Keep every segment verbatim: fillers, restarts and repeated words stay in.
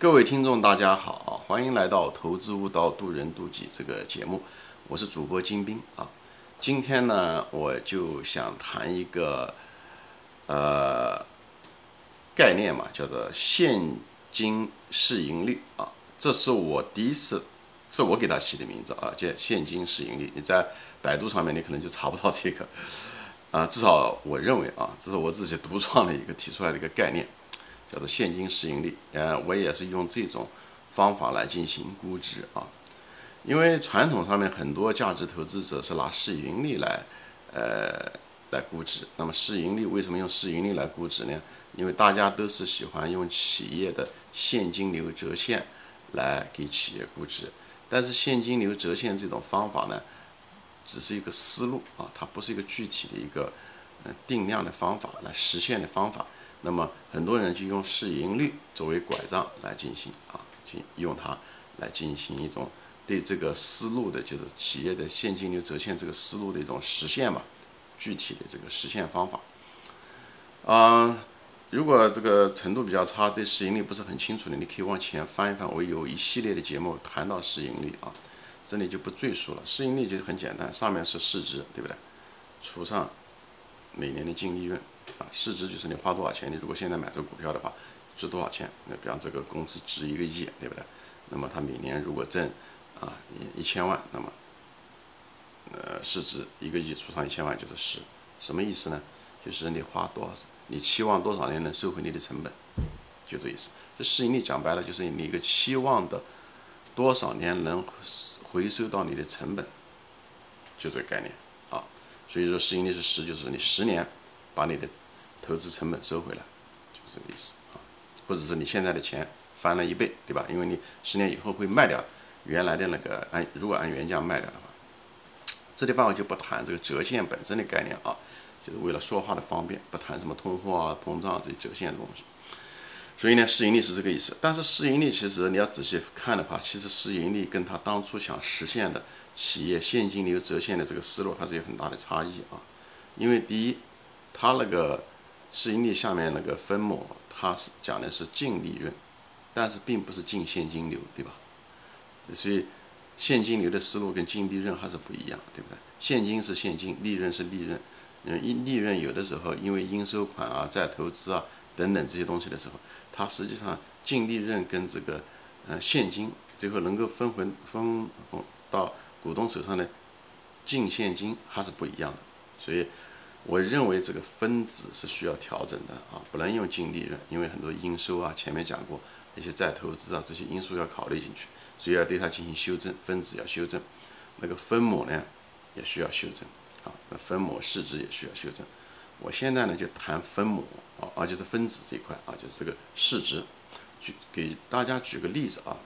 各位听众，大家好，欢迎来到《投资悟道，渡人渡己》这个节目，我是主播金兵啊。今天呢，我就想谈一个呃概念嘛，叫做现金市盈率啊。这是我第一次，是我给他起的名字啊，叫现金市盈率。你在百度上面，你可能就查不到这个啊，至少我认为啊，这是我自己独创的一个提出来的一个概念。叫做现金市盈率，呃，我也是用这种方法来进行估值啊。因为传统上面很多价值投资者是拿市盈率来，呃，来估值。那么市盈率为什么用市盈率来估值呢？因为大家都是喜欢用企业的现金流折现来给企业估值，但是现金流折现这种方法呢，只是一个思路啊，它不是一个具体的一个呃定量的方法来实现的方法。那么很多人就用市盈率作为拐杖来进行啊，去用它来进行一种对这个思路的，就是企业的现金流折现这个思路的一种实现吧，具体的这个实现方法。啊、呃，如果这个程度比较差，对市盈率不是很清楚的，你可以往前翻一翻，我有一系列的节目谈到市盈率啊，这里就不赘述了。市盈率就是很简单，上面是市值，对不对？除上每年的净利润。啊，市值就是你花多少钱，你如果现在买这个股票的话，值多少钱？那比方这个公司值一个亿，对不对？那么它每年如果挣啊一千万，那么呃市值一个亿除上一千万就是十，什么意思呢？就是你花多少，你期望多少年能收回你的成本，就这意思。这市盈率讲白了就是你一个期望的多少年能回收到你的成本，就这个概念啊。所以说市盈率是十，就是你十年把你的投资成本收回来，就是这个意思啊，或者是你现在的钱翻了一倍，对吧？因为你十年以后会卖掉原来的那个按如果按原价卖掉的话，这地方我就不谈这个折现本身的概念啊，就是为了说话的方便，不谈什么通货啊、膨胀这些折现的东西。所以呢，市盈率是这个意思。但是市盈率其实你要仔细看的话，其实市盈率跟他当初想实现的企业现金流折现的这个思路，它是有很大的差异啊。因为第一，它那个市盈率下面那个分母，它是讲的是净利润，但是并不是净现金流，对吧？所以现金流的思路跟净利润还是不一样，对不对？现金是现金，利润是利润。嗯，利润有的时候因为应收款啊、再投资啊等等这些东西的时候，它实际上净利润跟这个呃现金最后能够分回分到股东手上的净现金还是不一样的，所以。我认为这个分子是需要调整的啊，不能用净利润，因为很多应收啊，前面讲过那些再投资啊，这些因素要考虑进去，所以要对它进行修正，分子要修正，那个分母呢也需要修正啊，那分母市值也需要修正。我现在呢就谈分母啊，啊就是分子这一块啊，就是这个市值，举给大家举个例子啊。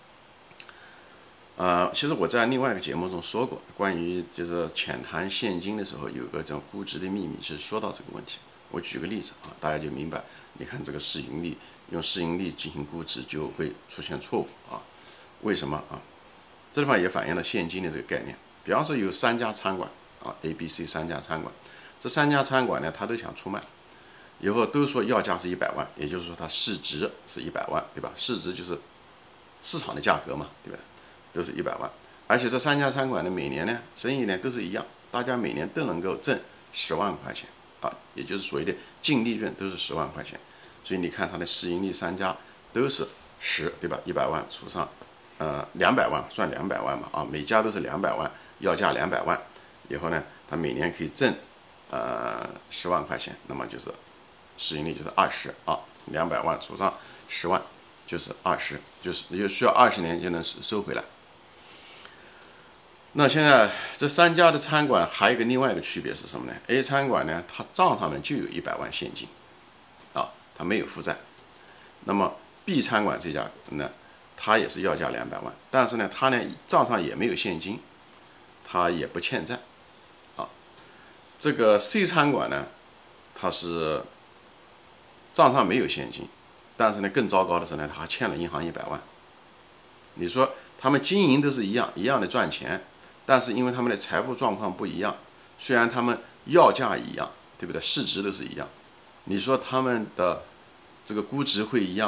呃，其实我在另外一个节目中说过，关于就是浅谈现金的时候，有个叫估值的秘密，是说到这个问题。我举个例子啊，大家就明白。你看这个市盈率，用市盈率进行估值就会出现错误啊？为什么啊？这地方也反映了现金的这个概念。比方说有三家餐馆啊 ，A、B、C 三家餐馆，这三家餐馆呢，他都想出卖，以后都说要价是一百万，也就是说它市值是一百万，对吧？市值就是市场的价格嘛，对吧？都是一百万，而且这三家餐馆的每年呢，生意呢都是一样，大家每年都能够挣十万块钱啊，也就是所谓的净利润都是十万块钱。所以你看它的市盈率三家都是十，对吧？一百万除上呃两百万，算两百万嘛啊，每家都是两百万，要价两百万，以后呢，它每年可以挣呃十万块钱，那么就是市盈率就是二十啊，两百万除上十万就是二十，就是也就需要二十年就能收回来。那现在这三家的餐馆还有一个另外一个区别是什么呢 ？A 餐馆呢，它账上面就有一百万现金，啊，它没有负债。那么 B 餐馆这家呢，它也是要价两百万，但是呢，它呢账上也没有现金，它也不欠债，啊，这个 C 餐馆呢，它是账上没有现金，但是呢，更糟糕的是呢，它还欠了银行一百万。你说他们经营都是一样，一样的赚钱。但是因为他们的财富状况不一样，虽然他们要价一样，对不对？市值都是一样，你说他们的这个估值会一样吗？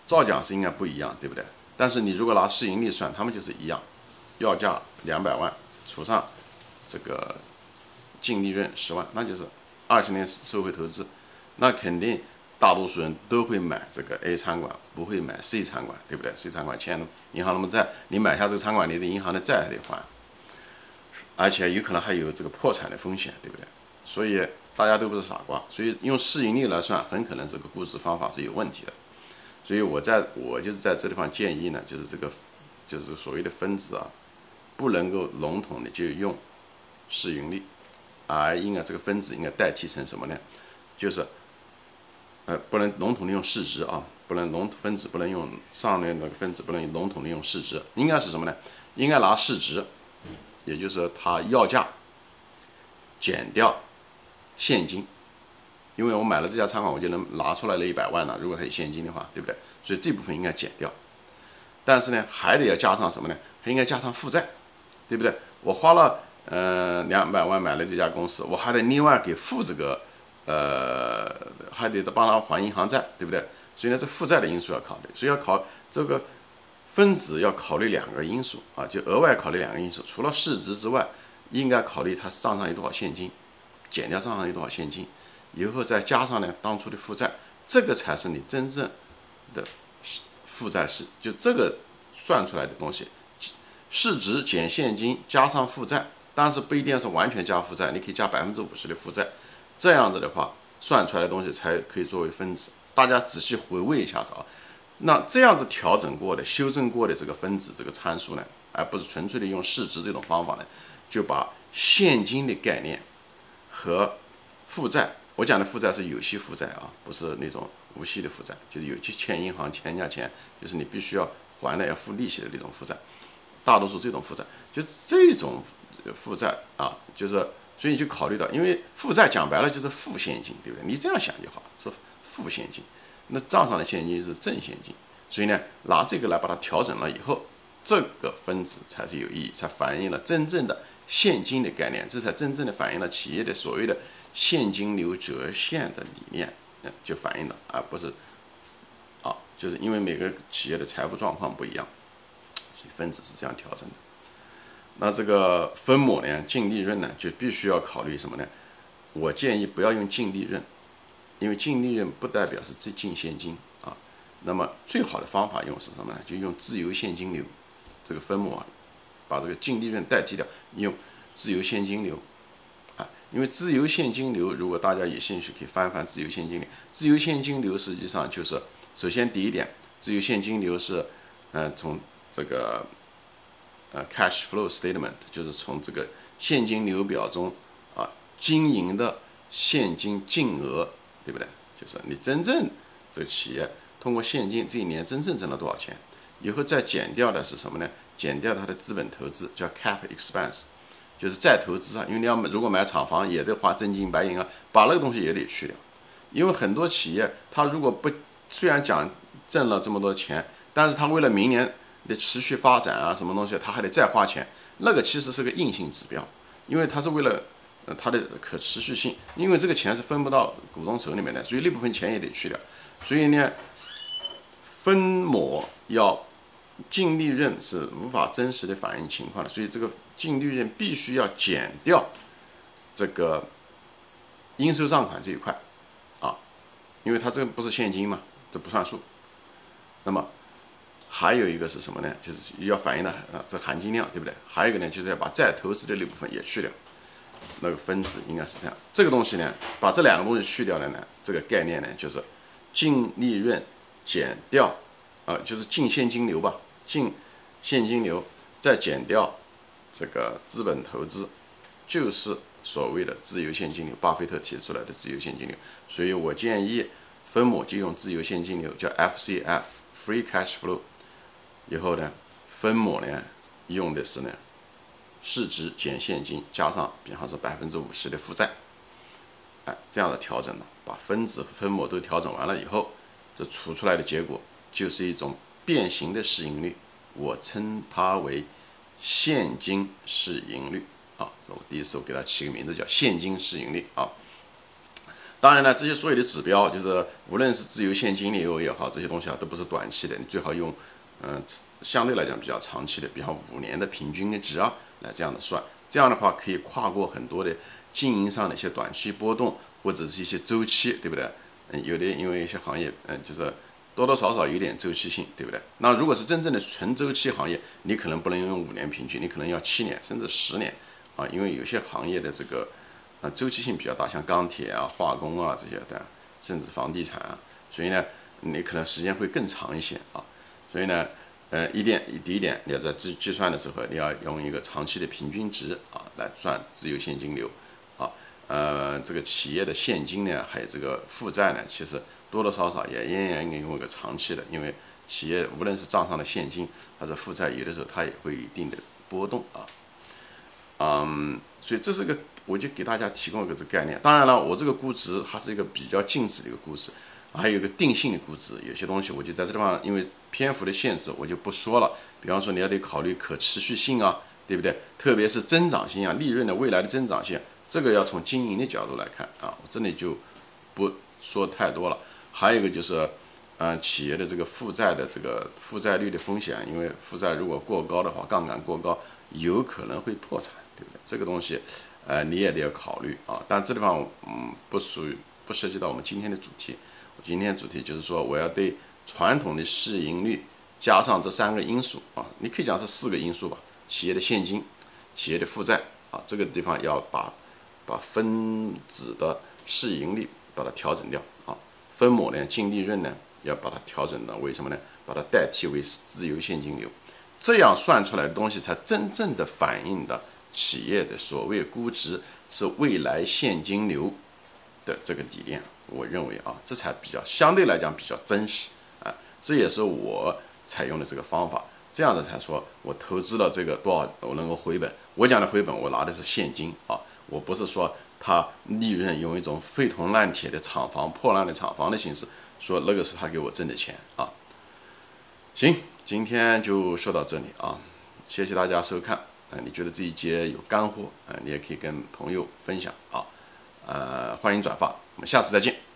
造讲是应该不一样，对不对？但是你如果拿市盈率算，他们就是一样，要价两百万除上这个净利润十万，那就是二十年收回投资，那肯定大多数人都会买这个 A 餐馆，不会买 C 餐馆，对不对 ？C 餐馆欠银行那么债，你买下这个餐馆，你的银行的债还得还，而且有可能还有这个破产的风险，对不对？所以大家都不是傻瓜，所以用市盈率来算，很可能这个估值方法是有问题的。所以我在我就是在这地方建议呢，就是这个就是所谓的分子啊，不能够笼统的就用市盈率，而应该这个分子应该代替成什么呢？就是呃不能笼统的用市值啊，不能笼分子不能用上面那个分子不能笼统的用市值，应该是什么呢？应该拿市值，也就是说它要价减掉现金。因为我买了这家餐馆，我就能拿出来了一百万了。如果它有现金的话，对不对？所以这部分应该减掉。但是呢，还得要加上什么呢？还应该加上负债，对不对？我花了呃两百万买了这家公司，我还得另外给付这个呃，还得帮他还银行债，对不对？所以呢，这负债的因素要考虑。所以要考这个分子要考虑两个因素啊，就额外考虑两个因素，除了市值之外，应该考虑它账上有多少现金，减掉账上有多少现金。以后再加上呢当初的负债，这个才是你真正的负债是，就这个算出来的东西，市值减现金加上负债，但是不一定是完全加负债，你可以加百分之五十的负债，这样子的话算出来的东西才可以作为分子。大家仔细回味一下子啊，那这样子调整过的、修正过的这个分子这个参数呢，而不是纯粹的用市值这种方法呢，就把现金的概念和负债。我讲的负债是有息负债啊，不是那种无息的负债，就是有去欠银行欠人家钱，就是你必须要还的要付利息的那种负债。大多数这种负债，就这种负债啊，就是所以你就考虑到，因为负债讲白了就是负现金，对不对？你这样想就好，是负现金，那账上的现金是正现金，所以呢，拿这个来把它调整了以后，这个分子才是有意义，才反映了真正的现金的概念，这才真正的反映了企业的所谓的现金流折现的理念，就反映了，而不是啊，就是因为每个企业的财富状况不一样，所以分子是这样调整的。那这个分母呢，净利润呢，就必须要考虑什么呢？我建议不要用净利润，因为净利润不代表是净现金啊。那么最好的方法用是什么呢？就用自由现金流这个分母啊，把这个净利润代替掉，用自由现金流。啊，因为自由现金流，如果大家有兴趣，可以翻翻自由现金流。自由现金流实际上就是，首先第一点，自由现金流是，呃，从这个呃 cash flow statement， 就是从这个现金流表中啊经营的现金净额，对不对？就是你真正这个企业通过现金这一年真正挣了多少钱，以后再减掉的是什么呢？减掉它的资本投资，叫 cap expense。就是再投资啊，因为你要如果买厂房也得花真金白银啊，把那个东西也得去掉。因为很多企业它如果不虽然讲挣了这么多钱，但是它为了明年的持续发展啊，什么东西它还得再花钱，那个其实是个硬性指标，因为它是为了它的可持续性，因为这个钱是分不到股东手里面的，所以那部分钱也得去掉。所以呢，分母要。净利润是无法真实的反映情况的，所以这个净利润必须要减掉这个应收账款这一块啊，因为它这个不是现金嘛，这不算数。那么还有一个是什么呢？就是要反映的啊这含金量，对不对？还有一个呢，就是要把再投资的那部分也去掉，那个分子应该是这样。这个东西呢，把这两个东西去掉了呢，这个概念呢就是净利润减掉啊、呃，就是净现金流吧。净现金流再减掉这个资本投资，就是所谓的自由现金流，巴菲特提出来的自由现金流。所以我建议分母就用自由现金流，叫 F C F（Free Cash Flow）。以后呢，分母呢用的是呢市值减现金加上，比方说百分之五十的负债，哎，这样的调整呢，把分子和分母都调整完了以后，这除出来的结果就是一种变形的市盈率，我称它为现金市盈率啊。这我第一次我给它起个名字叫现金市盈率啊。 当然了，这些所有的指标，就是无论是自由现金流也好，这些东西啊，都不是短期的，你最好用，嗯、呃，相对来讲比较长期的，比方五年的平均的值啊，来这样的算。这样的话可以跨过很多的经营上的一些短期波动，或者是一些周期，对不对？嗯，有的因为一些行业，嗯，就是多多少少有点周期性，对不对？那如果是真正的纯周期行业，你可能不能用五年平均，你可能要七年甚至十年啊，因为有些行业的这个啊周期性比较大，像钢铁啊、化工啊这些的，甚至房地产啊，所以呢，你可能时间会更长一些啊。所以呢，呃，一点第一点，你要在计计算的时候，你要用一个长期的平均值啊来算自由现金流啊。呃，这个企业的现金呢，还有这个负债呢，其实多多少少也仍然应该用一个长期的，因为企业无论是账上的现金还是负债，有的时候它也会有一定的波动啊。嗯，所以这是个，我就给大家提供一个这个概念。当然了，我这个估值它是一个比较静止的一个估值，还有一个定性的估值。有些东西我就在这地方，因为篇幅的限制，我就不说了。比方说，你要得考虑可持续性啊，对不对？特别是增长性啊，利润的未来的增长性，这个要从经营的角度来看啊，我这里就不说太多了。还有一个就是，呃，企业的这个负债的这个负债率的风险，因为负债如果过高的话，杠杆过高，有可能会破产。对不对？这个东西，呃，你也得要考虑啊。但这地方，嗯，不属于不涉及到我们今天的主题。我今天的主题就是说，我要对传统的市盈率加上这三个因素啊，你可以讲是四个因素吧：企业的现金、企业的负债啊，这个地方要把把分子的市盈率把它调整掉啊，分母呢、净利润呢要把它调整到为什么呢？把它代替为自由现金流，这样算出来的东西才真正的反映的。企业的所谓估值是未来现金流的这个理念，我认为啊，这才比较相对来讲比较真实啊，这也是我采用的这个方法，这样的才说我投资了这个多少我能够回本。我讲的回本，我拿的是现金啊，我不是说它利润用一种废铜烂铁的厂房、破烂的厂房的形式，说那个是他给我挣的钱啊。行，今天就说到这里啊，谢谢大家收看。呃，你觉得这一节有干货，呃，你也可以跟朋友分享啊，呃，欢迎转发，我们下次再见。